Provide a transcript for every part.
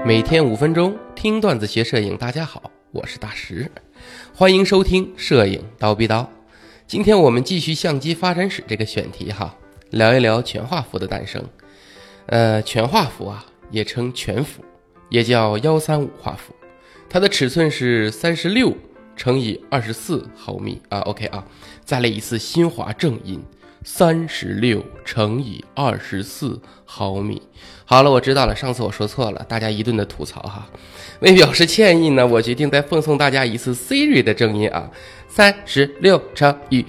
每天5分钟听段子学摄影，大家好，我是大石，欢迎收听摄影刀逼刀。今天我们继续相机发展史这个选题哈，聊一聊全画幅的诞生。全画幅啊，也称全幅，也叫135画幅，它的尺寸是36乘以24毫米啊。OK 啊，再来一次新华正音，36乘以24毫米。好了，我知道了，上次我说错了，大家一顿的吐槽哈。为表示歉意呢，我决定再奉送大家一次 Siri 的正音啊，36乘以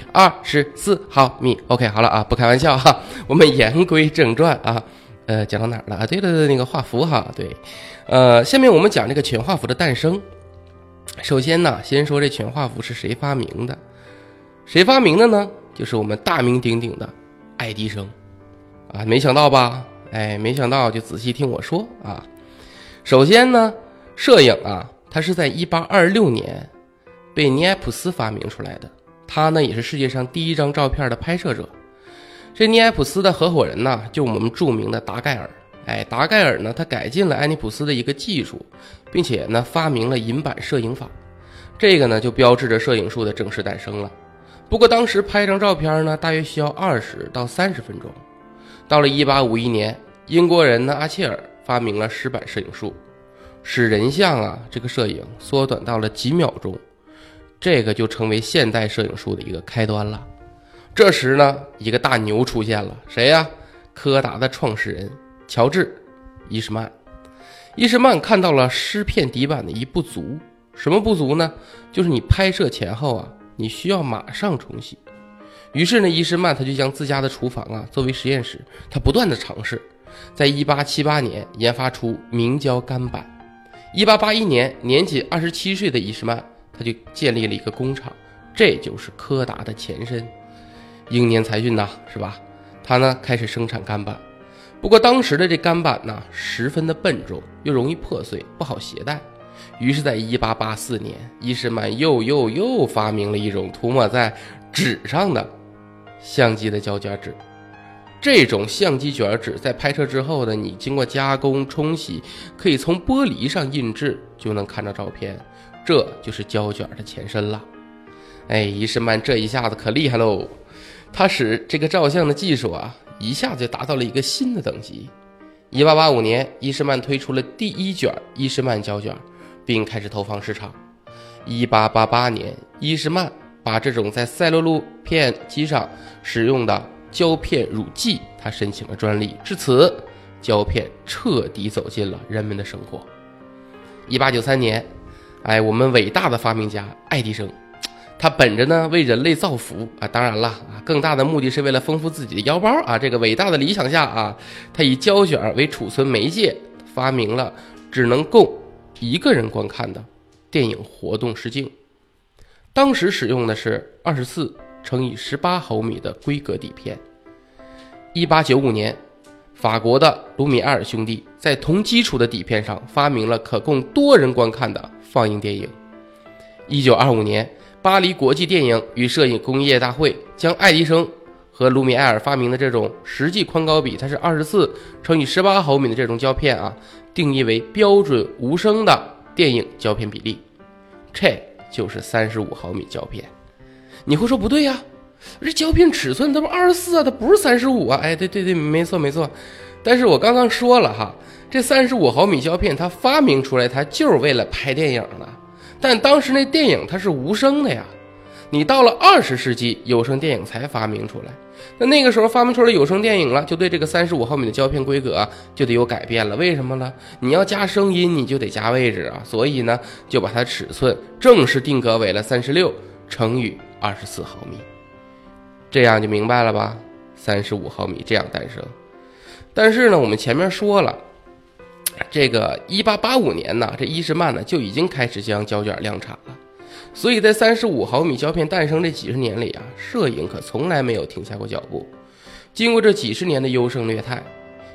24毫米。OK， 好了啊，不开玩笑哈，我们言归正传啊。讲到哪儿了啊？对了，那个画幅哈，对，下面我们讲这个全画幅的诞生。首先呢，先说这全画幅是谁发明的？谁发明的呢？就是我们大名鼎鼎的爱迪生啊！没想到吧？没想到就仔细听我说啊。首先呢，摄影啊，它是在1826年被尼埃普斯发明出来的，他呢也是世界上第一张照片的拍摄者。这尼埃普斯的合伙人呢，就我们著名的达盖尔。达盖尔呢，他改进了安尼普斯的一个技术，并且呢发明了银版摄影法，这个呢就标志着摄影术的正式诞生了。不过当时拍一张照片呢，大约需要20到30分钟。到了1851年，英国人呢阿切尔发明了湿版摄影术，使人像啊这个摄影缩短到了几秒钟，这个就成为现代摄影术的一个开端了。这时呢，一个大牛出现了，谁呀？柯达的创始人乔治·伊什曼。伊什曼看到了湿片底板的一不足，什么不足呢？就是你拍摄前后啊，你需要马上冲洗。于是呢，伊什曼他就将自家的厨房啊作为实验室，他不断的尝试，在1878年研发出明胶干板。1881年，年仅27岁的伊什曼他就建立了一个工厂，这就是柯达的前身。英年才俊呐，是吧？他呢开始生产干板。不过当时的这干板呢十分的笨重，又容易破碎，不好携带。于是在1884年，伊什曼又发明了一种涂抹在纸上的相机的胶卷纸。这种相机卷纸在拍摄之后呢，你经过加工冲洗，可以从玻璃上印制，就能看到照片，这就是胶卷的前身了。伊什曼这一下子可厉害喽，他使这个照相的技术啊一下子就达到了一个新的等级。1885年，伊什曼推出了第一卷伊什曼胶卷，并开始投放市场。1888年，伊什曼把这种在赛璐珞片机上使用的胶片乳剂，他申请了专利，至此胶片彻底走进了人们的生活。1893年，我们伟大的发明家爱迪生，他本着呢为人类造福啊，当然了啊，更大的目的是为了丰富自己的腰包啊，这个伟大的理想下啊，他以胶卷为储存媒介，发明了只能供一个人观看的电影活动视镜。当时使用的是24乘以18毫米的规格底片。1895年，法国的卢米埃尔兄弟在同基础的底片上发明了可供多人观看的放映电影。1925年，巴黎国际电影与摄影工业大会将爱迪生和卢米埃尔发明的这种实际宽高比，它是24乘以18毫米的这种胶片啊，定义为标准无声的电影胶片比例，这就是35毫米胶片。你会说不对呀，这胶片尺寸它不24啊，它不是35啊。对，没错。但是我刚刚说了哈，这35毫米胶片它发明出来，它就是为了拍电影的。但当时那电影它是无声的呀，你到了20世纪，有声电影才发明出来。那个时候发明出来有声电影了，就对这个35毫米的胶片规格就得有改变了。为什么呢？你要加声音，你就得加位置啊，所以呢，就把它尺寸正式定格为了36乘以24毫米。这样就明白了吧？35毫米这样诞生。但是呢，我们前面说了，这个1885年呢，这伊什曼呢就已经开始将胶卷量产了。所以在35毫米胶片诞生这几十年里啊，摄影可从来没有停下过脚步。经过这几十年的优胜劣汰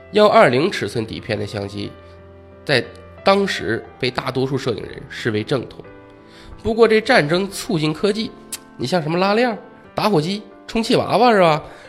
，120尺寸底片的相机在当时被大多数摄影人视为正统。不过这战争促进科技，你像什么拉链、打火机、充气娃娃是吧？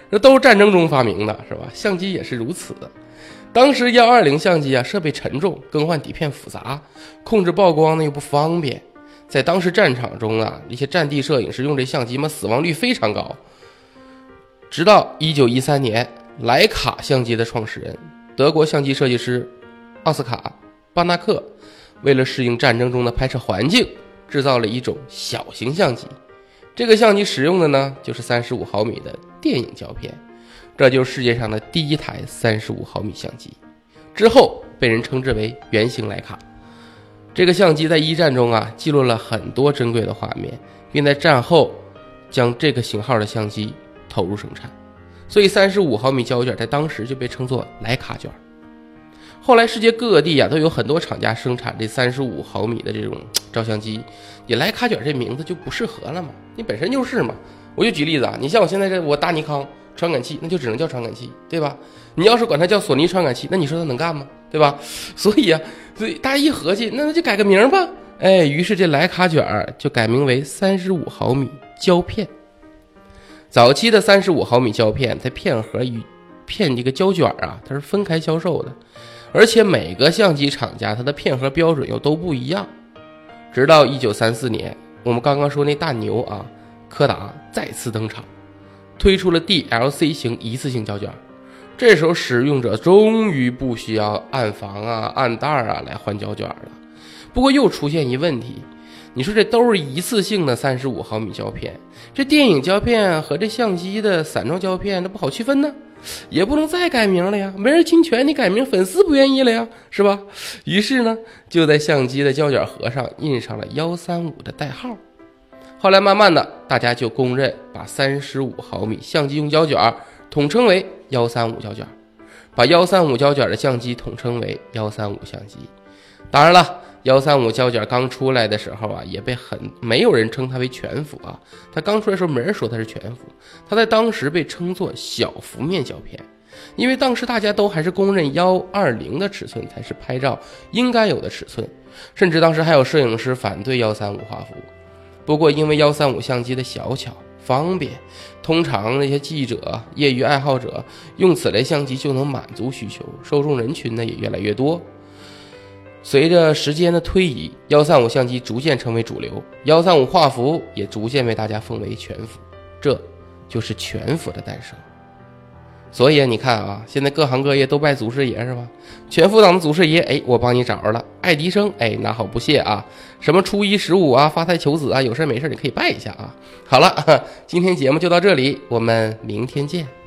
这都是战争中发明的，是吧？相机也是如此。当时120相机啊，设备沉重，更换底片复杂，控制曝光呢又不方便。在当时战场中啊，一些战地摄影师用这相机嘛，死亡率非常高。直到1913年，徕卡相机的创始人、德国相机设计师奥斯卡·巴纳克，为了适应战争中的拍摄环境，制造了一种小型相机。这个相机使用的呢，就是35毫米的电影胶片，这就是世界上的第一台35毫米相机。之后被人称之为原型徕卡。这个相机在一战中啊，记录了很多珍贵的画面，并在战后将这个型号的相机投入生产。所以35毫米胶卷在当时就被称作徕卡卷。后来世界各地啊，都有很多厂家生产这35毫米的这种照相机，你徕卡卷这名字就不适合了嘛，你本身就是嘛。我就举例子啊，你像我现在我大尼康传感器，那就只能叫传感器，对吧？你要是管它叫索尼传感器，那你说它能干吗？对吧？所以大家一合计，那就改个名吧。于是这徕卡卷就改名为35毫米胶片。早期的35毫米胶片在片盒与片这个胶卷啊，它是分开销售的，而且每个相机厂家它的片盒标准又都不一样。直到1934年，我们刚刚说那大牛啊，柯达再次登场，推出了 DLC 型一次性胶卷。这时候使用者终于不需要按房啊、按袋啊来换胶卷了。不过又出现一问题，你说这都是一次性的35毫米胶片，这电影胶片和这相机的散装胶片，那不好区分呢，也不能再改名了呀，没人侵权，你改名粉丝不愿意了呀，是吧？于是呢，就在相机的胶卷盒上印上了135的代号。后来慢慢的，大家就公认把35毫米相机用胶卷统称为135胶卷，把135胶卷的相机统称为135相机。当然了，135胶卷刚出来的时候啊，也被没有人称它为全幅啊。它刚出来的时候没人说它是全幅，它在当时被称作小幅面胶片，因为当时大家都还是公认120的尺寸才是拍照应该有的尺寸，甚至当时还有摄影师反对135画幅。不过因为135相机的小巧方便，通常那些记者、业余爱好者用此类相机就能满足需求，受众人群呢也越来越多。随着时间的推移，135相机逐渐成为主流，135画幅也逐渐被大家奉为全幅，这就是全幅的诞生。所以你看啊，现在各行各业都拜祖师爷是吧？全幅档的祖师爷，我帮你找着了，爱迪生，拿好不谢啊！什么初一十五啊，发财求子啊，有事没事你可以拜一下啊。好了，今天节目就到这里，我们明天见。